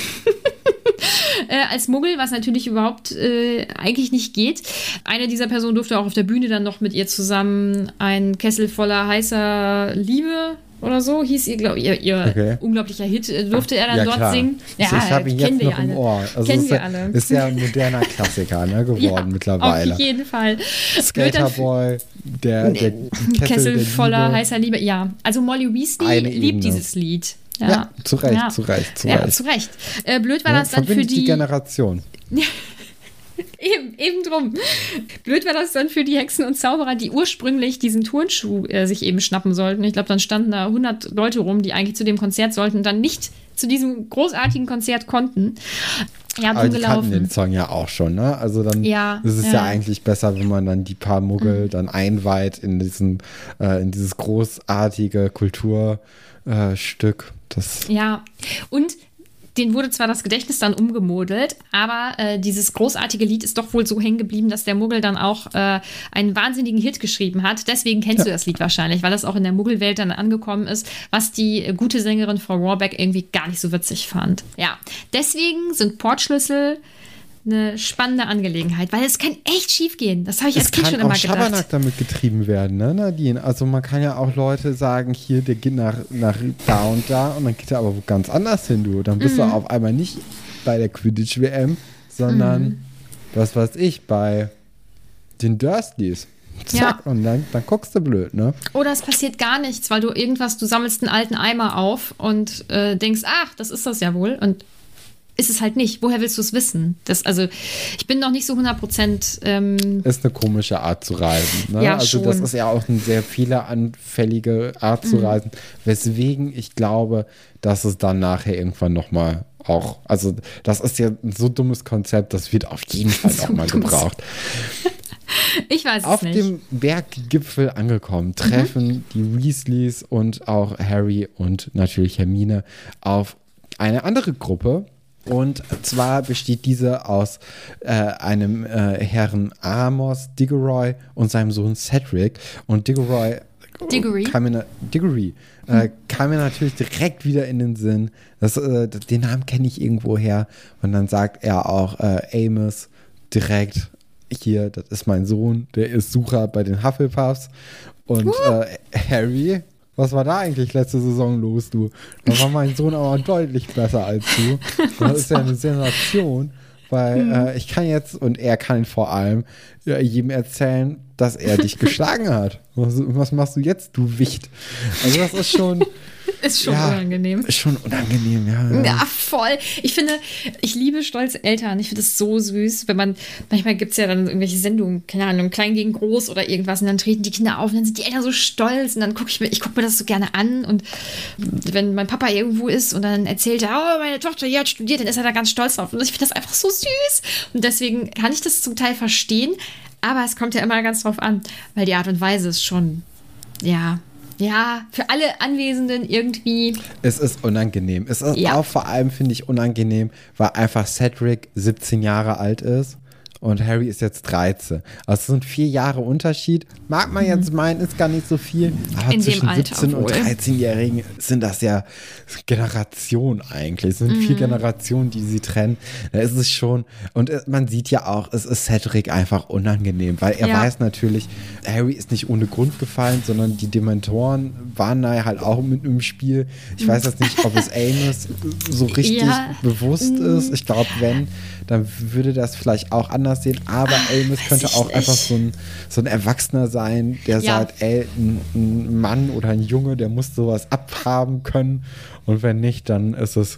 Als Muggel, was natürlich überhaupt eigentlich nicht geht. Eine dieser Personen durfte auch auf der Bühne dann noch mit ihr zusammen ein Kessel voller heißer Liebe oder so hieß ihr unglaublicher Hit, durfte er dann dort singen. Ja, ich habe ihn jetzt noch im Ohr. Also kennen wir alle. Ist ja ein moderner Klassiker geworden mittlerweile. Auf jeden Fall. Skaterboy, der Kessel voller heißer Liebe. Ja, also Molly Weasley liebt dieses Lied. Ja, zu Recht. Blöd war das dann für die Generation. Eben drum. Blöd war das dann für die Hexen und Zauberer, die ursprünglich diesen Turnschuh sich eben schnappen sollten. Ich glaube, dann standen da 100 Leute rum, die eigentlich zu dem Konzert sollten und dann nicht zu diesem großartigen Konzert konnten. Ja, aber die kannten den Song ja auch schon, ne? Also dann ist es ja eigentlich besser, wenn man dann die paar Muggel dann einweiht in dieses großartige Kulturstück. Ja, und denen wurde zwar das Gedächtnis dann umgemodelt, aber dieses großartige Lied ist doch wohl so hängen geblieben, dass der Muggel dann auch einen wahnsinnigen Hit geschrieben hat. Deswegen kennst du das Lied wahrscheinlich, weil das auch in der Muggelwelt dann angekommen ist, was die gute Sängerin Frau Warbeck irgendwie gar nicht so witzig fand. Ja, deswegen sind Portschlüssel eine spannende Angelegenheit, weil es kann echt schief gehen. Das habe ich als Kind schon immer gedacht. Es kann auch Schabernack damit getrieben werden, ne, Nadine? Also man kann ja auch Leute sagen, hier, der geht nach da und da und dann geht er aber wo ganz anders hin, du. Dann bist du auf einmal nicht bei der Quidditch-WM, sondern, was weiß ich, bei den Dursleys. Zack, und dann guckst du blöd, ne? Oder es passiert gar nichts, weil du sammelst einen alten Eimer auf und denkst, ach, das ist das ja wohl. Und ist es halt nicht. Woher willst du es wissen? Ich bin noch nicht so 100%. Ist eine komische Art zu reisen. Ne? Ja, also schon. Das ist ja auch eine sehr fehleranfällige Art zu reisen, weswegen ich glaube, dass es dann nachher irgendwann nochmal auch, also das ist ja ein so dummes Konzept, das wird auf jeden Fall nochmal gebraucht. Ich weiß es auf nicht. Auf dem Berggipfel angekommen, treffen die Weasleys und auch Harry und natürlich Hermine auf eine andere Gruppe. Und zwar besteht diese aus einem Herrn Amos Diggory und seinem Sohn Cedric. Und Diggory kam mir natürlich direkt wieder in den Sinn. Den Namen kenne ich irgendwo her. Und dann sagt er auch Amos direkt, hier, das ist mein Sohn, der ist Sucher bei den Hufflepuffs. Und Harry, was war da eigentlich letzte Saison los, du? Da war mein Sohn aber deutlich besser als du. Und das ist ja eine Sensation, weil ich kann jetzt, und er kann vor allem jedem erzählen, dass er dich geschlagen hat. Was machst du jetzt, du Wicht? Also das ist schon... Ist schon unangenehm. Ist schon unangenehm, ja. Ja, voll. Ich finde, ich liebe stolze Eltern. Ich finde das so süß, wenn manchmal gibt es ja dann irgendwelche Sendungen, keine Ahnung, Klein gegen Groß oder irgendwas und dann treten die Kinder auf und dann sind die Eltern so stolz und dann gucke ich gucke mir das so gerne an und wenn mein Papa irgendwo ist und dann erzählt er, oh, meine Tochter hier hat studiert, dann ist er da ganz stolz drauf und ich finde das einfach so süß und deswegen kann ich das zum Teil verstehen, aber es kommt ja immer ganz drauf an, weil die Art und Weise ist schon, ja, für alle Anwesenden irgendwie. Es ist unangenehm. Es ist auch vor allem, finde ich, unangenehm, weil einfach Cedric 17 Jahre alt ist und Harry ist jetzt 13. Also so ein 4 Jahre Unterschied. Mag man jetzt meinen, ist gar nicht so viel. Aber In zwischen dem Alter 17 und wohl. 13-Jährigen sind das ja Generationen eigentlich. Es sind 4 Generationen, die sie trennen. Da ist es schon. Und man sieht ja auch, es ist Cedric einfach unangenehm, weil er weiß natürlich, Harry ist nicht ohne Grund gefallen, sondern die Dementoren waren da halt auch mit im Spiel. Ich weiß jetzt nicht, ob es Amos so richtig bewusst ist. Ich glaube, wenn, dann würde das vielleicht auch anders sehen. Aber Amos könnte auch einfach so ein Erwachsener sein, der sagt, ey, ein Mann oder ein Junge, der muss sowas abhaben können. Und wenn nicht, dann ist es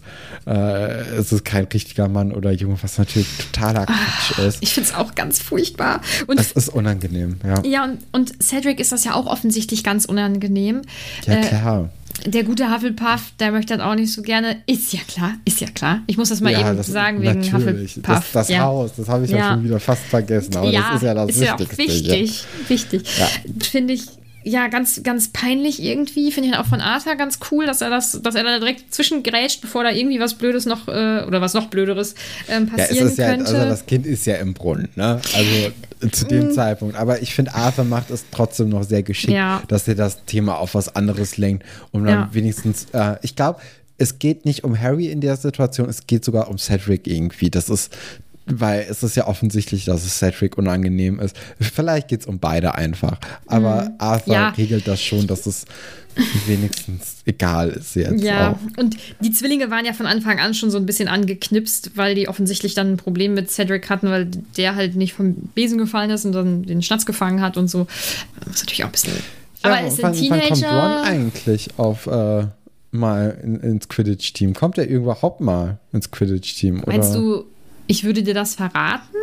kein richtiger Mann oder Junge, was natürlich totaler Quatsch ist. Ich finde es auch ganz furchtbar. Und es ist unangenehm, ja. Ja, und Cedric ist das ja auch offensichtlich ganz unangenehm. Ja, klar. Der gute Hufflepuff, der möchte das auch nicht so gerne. Ist ja klar. Ich muss das mal eben sagen wegen natürlich. Hufflepuff. Das Haus, das habe ich ja schon wieder fast vergessen. Aber das ist ja das Wichtigste. Ist ja auch wichtig. Ja. Finde ich ganz, ganz peinlich irgendwie. Finde ich auch von Arthur ganz cool, dass er da direkt zwischengrätscht, bevor da irgendwie was Blödes noch oder was noch Blöderes passieren könnte. Also das Kind ist ja im Brunnen, ne? Also zu dem Zeitpunkt. Aber ich finde, Arthur macht es trotzdem noch sehr geschickt, dass er das Thema auf was anderes lenkt, um dann wenigstens, ich glaube, es geht nicht um Harry in der Situation, es geht sogar um Cedric irgendwie. Das ist, weil es ist ja offensichtlich, dass es Cedric unangenehm ist. Vielleicht geht es um beide einfach. Aber Arthur regelt das schon, dass es wenigstens egal ist jetzt. Ja, auch. Und die Zwillinge waren ja von Anfang an schon so ein bisschen angeknipst, weil die offensichtlich dann ein Problem mit Cedric hatten, weil der halt nicht vom Besen gefallen ist und dann den Schnatz gefangen hat und so. Das ist natürlich auch ein bisschen. Ja, aber ist ein Teenager. Wann kommt Ron eigentlich auf mal ins Quidditch-Team? Kommt er überhaupt mal ins Quidditch-Team? Meinst du, ich würde dir das verraten?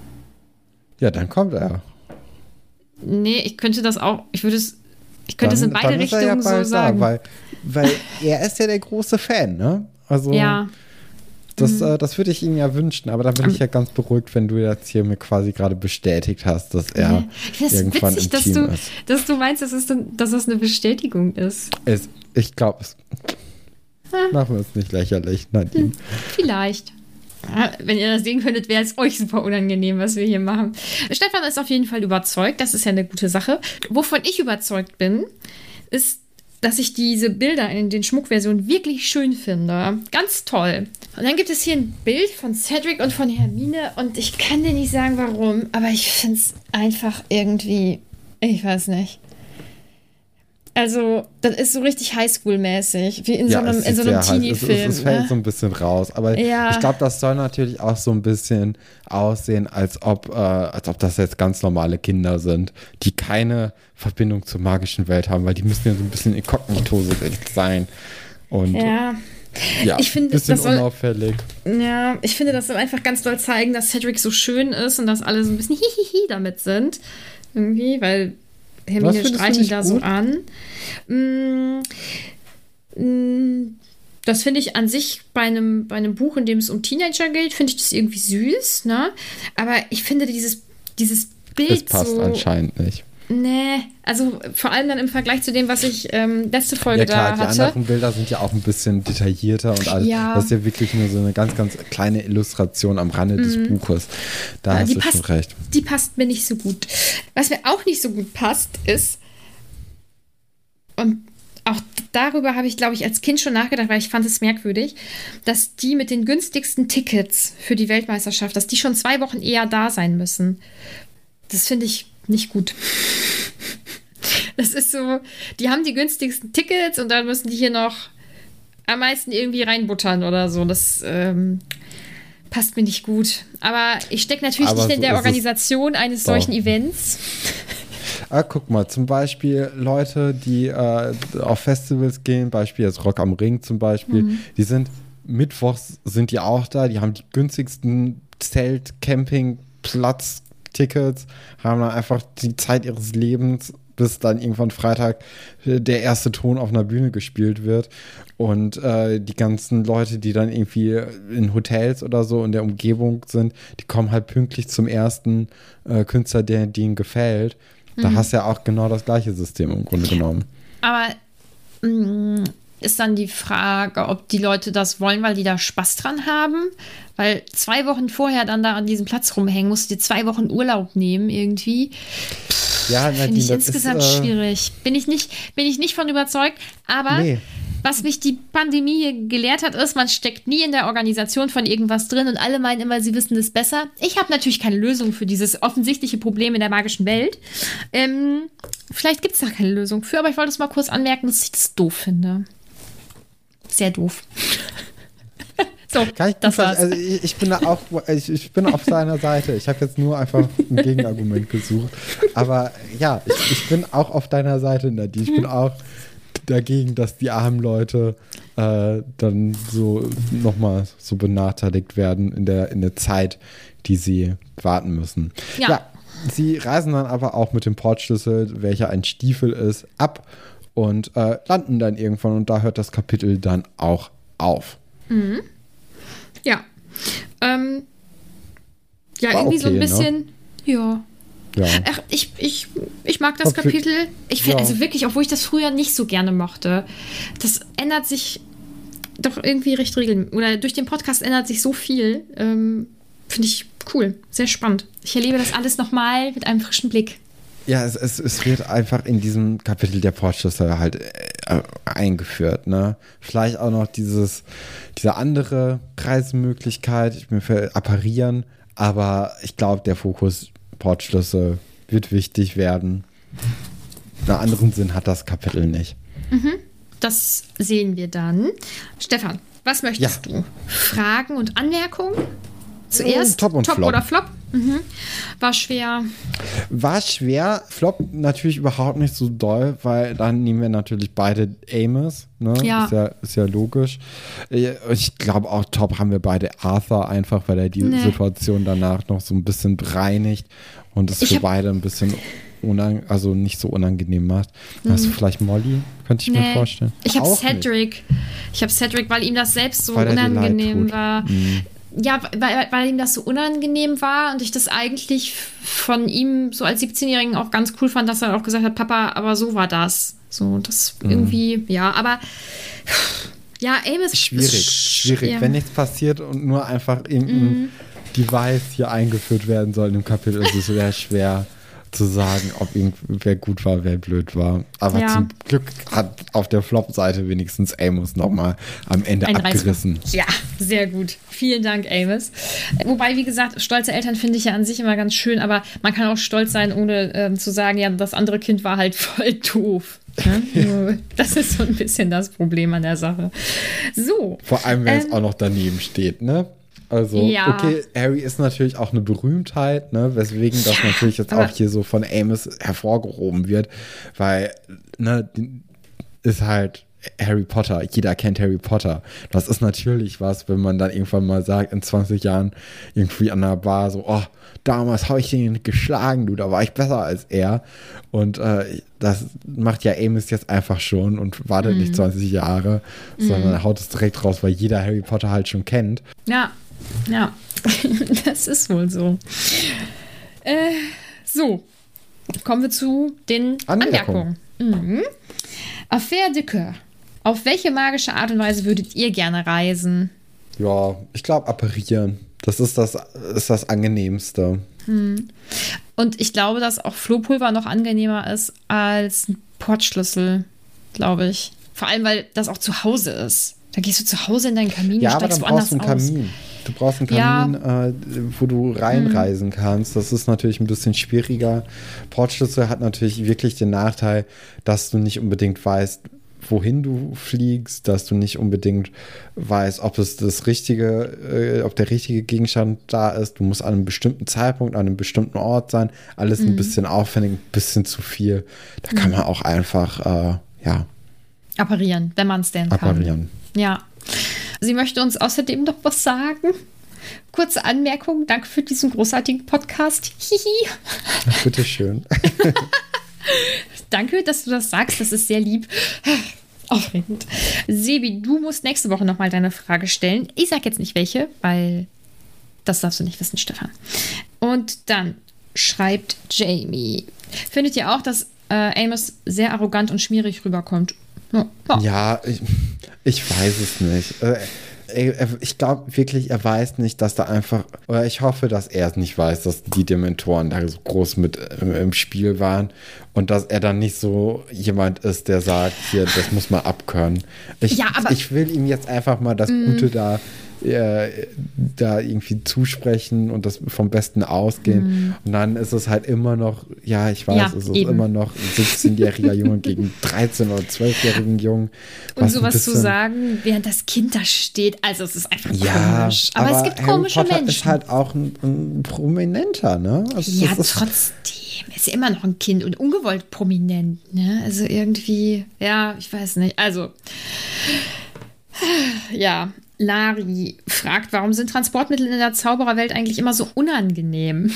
Ja, dann kommt er. Nee, ich könnte das auch, ich könnte es in beide Richtungen so sagen. Weil er ist ja der große Fan, ne? Also das würde ich ihm ja wünschen, aber dann bin ich ja ganz beruhigt, wenn du jetzt hier mir quasi gerade bestätigt hast, dass er irgendwann witzig, im Team ist. Dass du meinst, dass das eine Bestätigung ist. Ich glaube es. Machen wir es nicht lächerlich, Nadine. Vielleicht. Wenn ihr das sehen könntet, wäre es euch super unangenehm, was wir hier machen. Stefan ist auf jeden Fall überzeugt. Das ist ja eine gute Sache. Wovon ich überzeugt bin, ist, dass ich diese Bilder in den Schmuckversionen wirklich schön finde. Ganz toll. Und dann gibt es hier ein Bild von Cedric und von Hermine und ich kann dir nicht sagen, warum, aber ich finde es einfach irgendwie, ich weiß nicht. Also, das ist so richtig Highschool-mäßig, wie in so einem Teenie-Film. Es fällt so ein bisschen raus, aber ich glaube, das soll natürlich auch so ein bisschen aussehen, als ob das jetzt ganz normale Kinder sind, die keine Verbindung zur magischen Welt haben, weil die müssen ja so ein bisschen inkognito sein. Und ich finde, ein bisschen unauffällig. Ja, ich finde, das soll einfach ganz doll zeigen, dass Cedric so schön ist und dass alle so ein bisschen hihihi damit sind. Irgendwie, weil Hermine streichelt da so an. Das finde ich an sich bei einem Buch, in dem es um Teenager geht, finde ich das irgendwie süß, ne? Aber ich finde dieses Bild das passt so anscheinend nicht. Nee, also vor allem dann im Vergleich zu dem, was ich letzte Folge da hatte. Die anderen Bilder sind ja auch ein bisschen detaillierter und alles. Ja. Das ist ja wirklich nur so eine ganz, ganz kleine Illustration am Rande des Buches. Da hast du schon recht. Die passt mir nicht so gut. Was mir auch nicht so gut passt, ist, und auch darüber habe ich, glaube ich, als Kind schon nachgedacht, weil ich fand es merkwürdig, dass die mit den günstigsten Tickets für die Weltmeisterschaft, dass die schon 2 Wochen eher da sein müssen. Das finde ich nicht gut. Das ist so, die haben die günstigsten Tickets und dann müssen die hier noch am meisten irgendwie reinbuttern oder so. Das passt mir nicht gut. Aber ich stecke natürlich nicht in der Organisation eines solchen Events. Guck mal, zum Beispiel Leute, die auf Festivals gehen, Beispiel jetzt Rock am Ring zum Beispiel, die sind mittwochs sind die auch da, die haben die günstigsten Zelt, Camping, Platz, Tickets, haben dann einfach die Zeit ihres Lebens, bis dann irgendwann Freitag der erste Ton auf einer Bühne gespielt wird und die ganzen Leute, die dann irgendwie in Hotels oder so in der Umgebung sind, die kommen halt pünktlich zum ersten Künstler, der ihnen gefällt. Da hast du ja auch genau das gleiche System im Grunde genommen. Aber ist dann die Frage, ob die Leute das wollen, weil die da Spaß dran haben. Weil 2 Wochen vorher dann da an diesem Platz rumhängen, musst du dir 2 Wochen Urlaub nehmen irgendwie. Ja, finde ich insgesamt schwierig. Bin ich nicht von überzeugt. Aber was mich die Pandemie hier gelehrt hat, ist, man steckt nie in der Organisation von irgendwas drin und alle meinen immer, sie wissen es besser. Ich habe natürlich keine Lösung für dieses offensichtliche Problem in der magischen Welt. Vielleicht gibt es da keine Lösung für, aber ich wollte es mal kurz anmerken, dass ich das doof finde. Sehr doof. So, das war's. Also ich bin da auch, ich bin auf seiner Seite. Ich habe jetzt nur einfach ein Gegenargument gesucht. Aber ja, ich bin auch auf deiner Seite, Nadine. Ich bin auch dagegen, dass die armen Leute dann so nochmal so benachteiligt werden in der Zeit, die sie warten müssen. Ja, sie reisen dann aber auch mit dem Portschlüssel, welcher ein Stiefel ist, ab und landen dann irgendwann und da hört das Kapitel dann auch auf. Mhm. Ja. Ja, war irgendwie okay, so ein bisschen, ne? Ja. Ach, ich mag das Kapitel. Ich finde, also wirklich, obwohl ich das früher nicht so gerne mochte, das ändert sich doch irgendwie recht regelmäßig. Oder durch den Podcast ändert sich so viel. Finde ich cool. Sehr spannend. Ich erlebe das alles nochmal mit einem frischen Blick. Ja, es wird einfach in diesem Kapitel der Portschlüssel halt eingeführt, ne? Vielleicht auch noch diese andere Reisemöglichkeit, ich mir für apparieren, aber ich glaube, der Fokus Portschlüssel wird wichtig werden. Einen anderen Sinn hat das Kapitel nicht. Das sehen wir dann. Stefan, was möchtest du? Fragen und Anmerkungen? Zuerst Top und Flop. Oder Flop? War schwer. War schwer. Flop natürlich überhaupt nicht so doll, weil dann nehmen wir natürlich beide Amos. Ne? Ja. Ist ja logisch. Ich glaube auch Top haben wir beide Arthur, einfach weil er die Situation danach noch so ein bisschen bereinigt und es für beide ein bisschen also nicht so unangenehm macht. Hast du vielleicht Molly? Könnte ich mir vorstellen. Ich habe Cedric. Ich habe Cedric, weil ihm das selbst so unangenehm war. Ja, weil ihm das so unangenehm war und ich das eigentlich von ihm so als 17-Jährigen auch ganz cool fand, dass er auch gesagt hat, Papa, aber so war das. So, das irgendwie, aber ja, Amos ist schwierig. Ja. Wenn nichts passiert und nur einfach irgendein Device hier eingeführt werden soll im Kapitel, ist es sehr schwer zu sagen, ob wer gut war, wer blöd war. Aber zum Glück hat auf der Flop-Seite wenigstens Amos nochmal am Ende abgerissen. Ja, sehr gut. Vielen Dank, Amos. Wobei, wie gesagt, stolze Eltern finde ich ja an sich immer ganz schön, aber man kann auch stolz sein, ohne zu sagen, ja, das andere Kind war halt voll doof. Ja? Das ist so ein bisschen das Problem an der Sache. So. Vor allem, wenn es auch noch daneben steht, ne? Also, okay, Harry ist natürlich auch eine Berühmtheit, ne, weswegen das natürlich jetzt auch hier so von Amos hervorgehoben wird, weil, ne, ist halt Harry Potter, jeder kennt Harry Potter. Das ist natürlich was, wenn man dann irgendwann mal sagt, in 20 Jahren irgendwie an der Bar so, oh, damals habe ich den geschlagen, du, da war ich besser als er. Und das macht ja Amos jetzt einfach schon und wartet nicht 20 Jahre, sondern haut es direkt raus, weil jeder Harry Potter halt schon kennt. Ja, das ist wohl so. So, kommen wir zu den Anmerkungen. Affaire de Coeur. Auf welche magische Art und Weise würdet ihr gerne reisen? Ja, ich glaube apparieren. Das ist das Angenehmste. Und ich glaube, dass auch Flohpulver noch angenehmer ist als ein Portschlüssel, glaube ich. Vor allem, weil das auch zu Hause ist. Da gehst du zu Hause in deinen Kamin und steigst woanders aus. Kamin. Du brauchst einen Kamin, wo du reinreisen kannst. Das ist natürlich ein bisschen schwieriger. Portschlüssel hat natürlich wirklich den Nachteil, dass du nicht unbedingt weißt, wohin du fliegst, dass du nicht unbedingt weißt, ob der richtige Gegenstand da ist. Du musst an einem bestimmten Zeitpunkt, an einem bestimmten Ort sein. Alles ein bisschen aufwendig, ein bisschen zu viel. Da kann man auch einfach, apparieren, wenn man es denn kann. Apparieren. Ja. Sie möchte uns außerdem noch was sagen. Kurze Anmerkung, danke für diesen großartigen Podcast. Hihi. Bitteschön. Danke, dass du das sagst, das ist sehr lieb. Aufregend. Sebi, du musst nächste Woche nochmal deine Frage stellen. Ich sag jetzt nicht welche, weil das darfst du nicht wissen, Stefan. Und dann schreibt Jamie. Findet ihr auch, dass Amos sehr arrogant und schmierig rüberkommt? Ja, ich weiß es nicht. Ich glaube wirklich, er weiß nicht, dass da einfach, oder ich hoffe, dass er es nicht weiß, dass die Dementoren da so groß mit im Spiel waren und dass er dann nicht so jemand ist, der sagt, hier, das muss man abkönnen. Ich will ihm jetzt einfach mal das Gute da irgendwie zusprechen und das vom Besten ausgehen. Und dann ist es halt immer noch, ja, ich weiß, es ist immer noch ein 17-jähriger Junge gegen 13- oder 12-jährigen Jungen. Und sowas zu sagen, während das Kind da steht, also es ist einfach komisch. Aber es gibt komische Harry Potter Menschen. Ist halt auch ein Prominenter, ne? Also ja, trotzdem. Ist ja immer noch ein Kind und ungewollt prominent, ne? Also irgendwie, ja, ich weiß nicht. Also, ja. Lari fragt, warum sind Transportmittel in der Zaubererwelt eigentlich immer so unangenehm?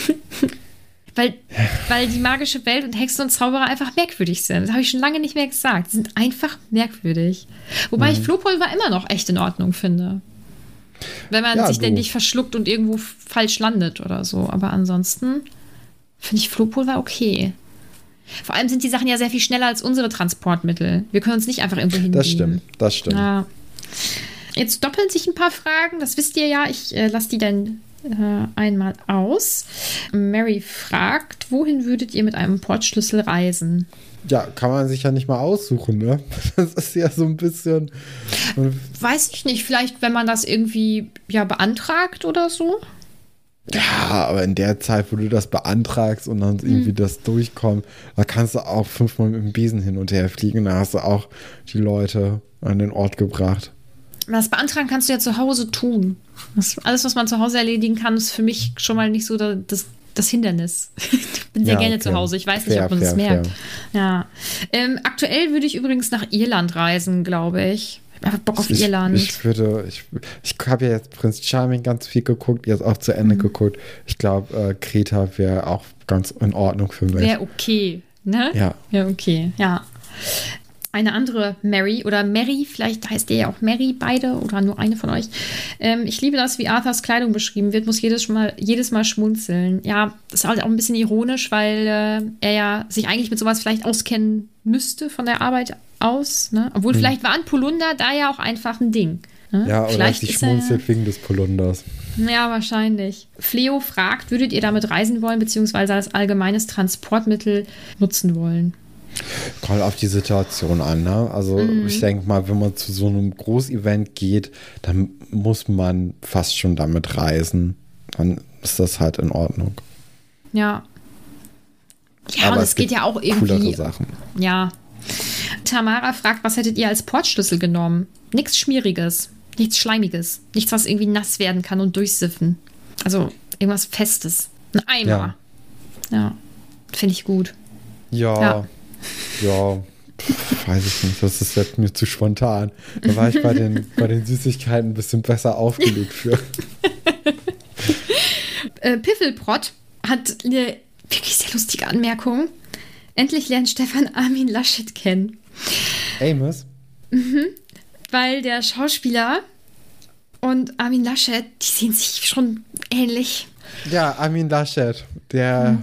weil die magische Welt und Hexen und Zauberer einfach merkwürdig sind. Das habe ich schon lange nicht mehr gesagt. Die sind einfach merkwürdig. Wobei ich Flohpulver immer noch echt in Ordnung finde. Wenn man sich denn nicht verschluckt und irgendwo falsch landet oder so. Aber ansonsten finde ich Flohpulver okay. Vor allem sind die Sachen ja sehr viel schneller als unsere Transportmittel. Wir können uns nicht einfach irgendwo hinbeamen. Das stimmt. Ja. Jetzt doppeln sich ein paar Fragen, das wisst ihr ja. Ich lasse die dann einmal aus. Mary fragt, wohin würdet ihr mit einem Portschlüssel reisen? Ja, kann man sich ja nicht mal aussuchen, ne? Das ist ja so ein bisschen... Weiß ich nicht, vielleicht wenn man das irgendwie beantragt oder so? Ja, aber in der Zeit, wo du das beantragst und dann irgendwie das durchkommt, da kannst du auch 5-mal mit dem Besen hin und her fliegen, da hast du auch die Leute an den Ort gebracht. Das Beantragen kannst du ja zu Hause tun. Alles, was man zu Hause erledigen kann, ist für mich schon mal nicht so das Hindernis. Ich bin sehr gerne zu Hause. Ich weiß nicht, ob man das merkt. Ja. Aktuell würde ich übrigens nach Irland reisen, glaube ich. Ich habe einfach Bock auf Irland. Ich habe ja jetzt Prince Charming ganz viel geguckt, jetzt auch zu Ende geguckt. Ich glaube, Kreta wäre auch ganz in Ordnung für mich. Wäre okay, ne? Ja. Ja, okay, ja. Eine andere Mary oder Mary, vielleicht heißt ihr ja auch Mary, beide oder nur eine von euch. Ich liebe das, wie Arthurs Kleidung beschrieben wird, muss jedes Mal schmunzeln. Ja, das ist halt auch ein bisschen ironisch, weil er ja sich eigentlich mit sowas vielleicht auskennen müsste von der Arbeit aus. Ne? Obwohl vielleicht war ein Polunder da ja auch einfach ein Ding. Ne? Ja, oder vielleicht sie schmunzelt wegen des Polunders. Ja, wahrscheinlich. Fleo fragt, würdet ihr damit reisen wollen, beziehungsweise als allgemeines Transportmittel nutzen wollen? Kommt auf die Situation an, ne? Also ich denke mal, wenn man zu so einem Großevent geht, dann muss man fast schon damit reisen. Dann ist das halt in Ordnung. Ja. Ja, aber und es geht ja auch irgendwie. Coolere Sachen. Ja. Tamara fragt, was hättet ihr als Portschlüssel genommen? Nichts Schmieriges, nichts Schleimiges, nichts, was irgendwie nass werden kann und durchsiffen. Also irgendwas Festes. Ein Eimer. Ja. Finde ich gut. Ja. Weiß ich nicht, das ist jetzt mir zu spontan. Da war ich bei den Süßigkeiten ein bisschen besser aufgelegt für. Piffelprott hat eine wirklich sehr lustige Anmerkung. Endlich lernt Stefan Armin Laschet kennen. Amos? Weil der Schauspieler und Armin Laschet, die sehen sich schon ähnlich. Ja, Armin Laschet, der...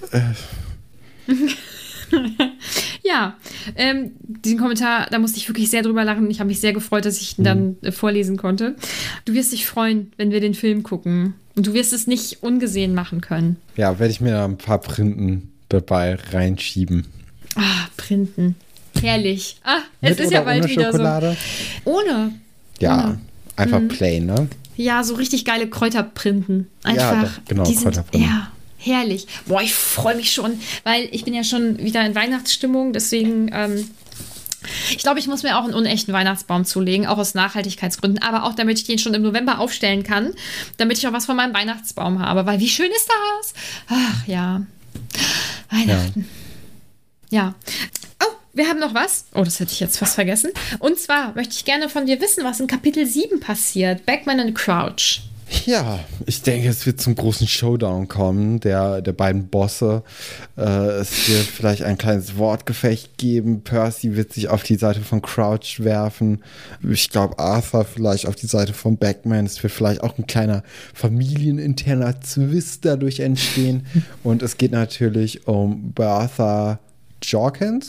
Ja, diesen Kommentar, da musste ich wirklich sehr drüber lachen. Ich habe mich sehr gefreut, dass ich ihn dann vorlesen konnte. Du wirst dich freuen, wenn wir den Film gucken. Und du wirst es nicht ungesehen machen können. Ja, werde ich mir da ein paar Printen dabei reinschieben. Ah, Printen. Herrlich. Es ist ja bald wieder Schokolade? So. Ohne. Ja, ohne. Einfach plain, ne? Ja, so richtig geile Kräuterprinten. Einfach. Ja, doch, genau, Kräuterprinten. Ja. Herrlich. Boah, ich freue mich schon, weil ich bin ja schon wieder in Weihnachtsstimmung, deswegen, ich glaube, ich muss mir auch einen unechten Weihnachtsbaum zulegen, auch aus Nachhaltigkeitsgründen, aber auch, damit ich den schon im November aufstellen kann, damit ich auch was von meinem Weihnachtsbaum habe, weil wie schön ist das? Ach ja, Weihnachten. Ja. Oh, wir haben noch was. Oh, das hätte ich jetzt fast vergessen. Und zwar möchte ich gerne von dir wissen, was in Kapitel 7 passiert. Beckman und Crouch. Ja, ich denke, es wird zum großen Showdown kommen, der beiden Bosse. Es wird vielleicht ein kleines Wortgefecht geben. Percy wird sich auf die Seite von Crouch werfen. Ich glaube, Arthur vielleicht auf die Seite von Beckman. Es wird vielleicht auch ein kleiner familieninterner Zwist dadurch entstehen. Und es geht natürlich um Bertha Jorkins.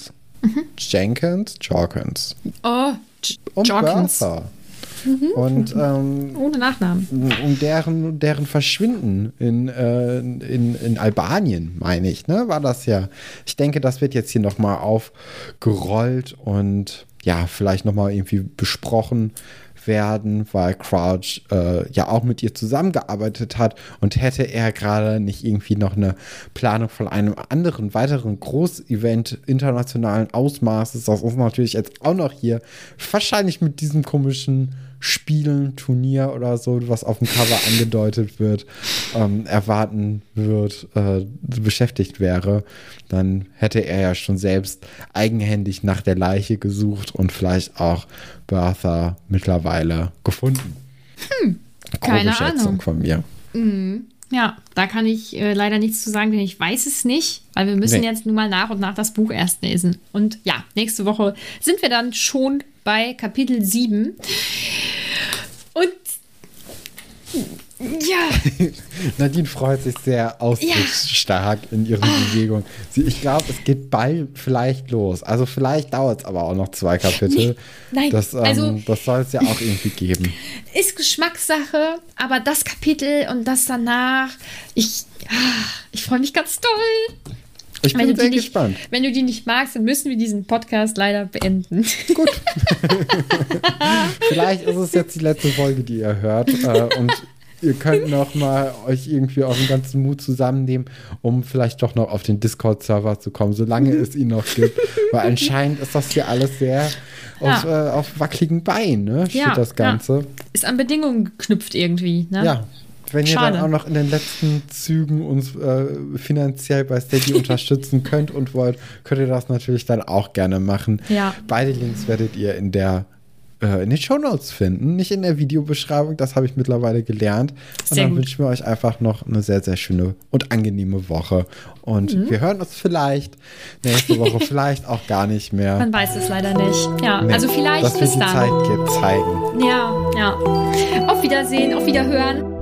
Jorkins. Oh, Und Jorkins. Bertha. Und ohne Nachnamen. um deren Verschwinden in Albanien, meine ich, ne, war das ja. Ich denke, das wird jetzt hier nochmal aufgerollt und ja, vielleicht nochmal irgendwie besprochen werden, weil Crouch ja auch mit ihr zusammengearbeitet hat, und hätte er gerade nicht irgendwie noch eine Planung von einem anderen, weiteren Großevent internationalen Ausmaßes, das uns natürlich jetzt auch noch hier wahrscheinlich mit diesem komischen Spielen, Turnier oder so, was auf dem Cover angedeutet wird, erwarten wird, beschäftigt wäre, dann hätte er ja schon selbst eigenhändig nach der Leiche gesucht und vielleicht auch Bertha mittlerweile gefunden. Keine Schätzung Ahnung. von mir. Ja, da kann ich leider nichts zu sagen, denn ich weiß es nicht, weil wir müssen jetzt nun mal nach und nach das Buch erst lesen. Und ja, nächste Woche sind wir dann schon bei Kapitel 7. Und ja. Nadine freut sich sehr ausdrucksstark in ihren Bewegungen. Ich glaube, es geht bald vielleicht los. Also vielleicht dauert es aber auch noch 2 Kapitel. Nein, das soll es ja auch irgendwie geben. Ist Geschmackssache, aber das Kapitel und das danach, ich freue mich ganz doll. Ich bin sehr gespannt. Wenn du die nicht magst, dann müssen wir diesen Podcast leider beenden. Gut. Vielleicht ist es jetzt die letzte Folge, die ihr hört. Und ihr könnt noch mal euch irgendwie euren ganzen Mut zusammennehmen, um vielleicht doch noch auf den Discord-Server zu kommen, solange es ihn noch gibt. Weil anscheinend ist das hier alles sehr auf wackeligen Beinen, ne? Steht das Ganze. Ja. Ist an Bedingungen geknüpft irgendwie, ne? Ja. Wenn ihr dann auch noch in den letzten Zügen uns finanziell bei Steady unterstützen könnt und wollt, könnt ihr das natürlich dann auch gerne machen. Ja. Beide Links werdet ihr in den Shownotes finden, nicht in der Videobeschreibung. Das habe ich mittlerweile gelernt. Und dann wünschen wir euch einfach noch eine sehr, sehr schöne und angenehme Woche. Und wir hören uns vielleicht nächste Woche, vielleicht auch gar nicht mehr. Man weiß es leider nicht. Ja, also vielleicht bis dann. Das wird die Zeit zeigen. Ja. Auf Wiedersehen, auf Wiederhören.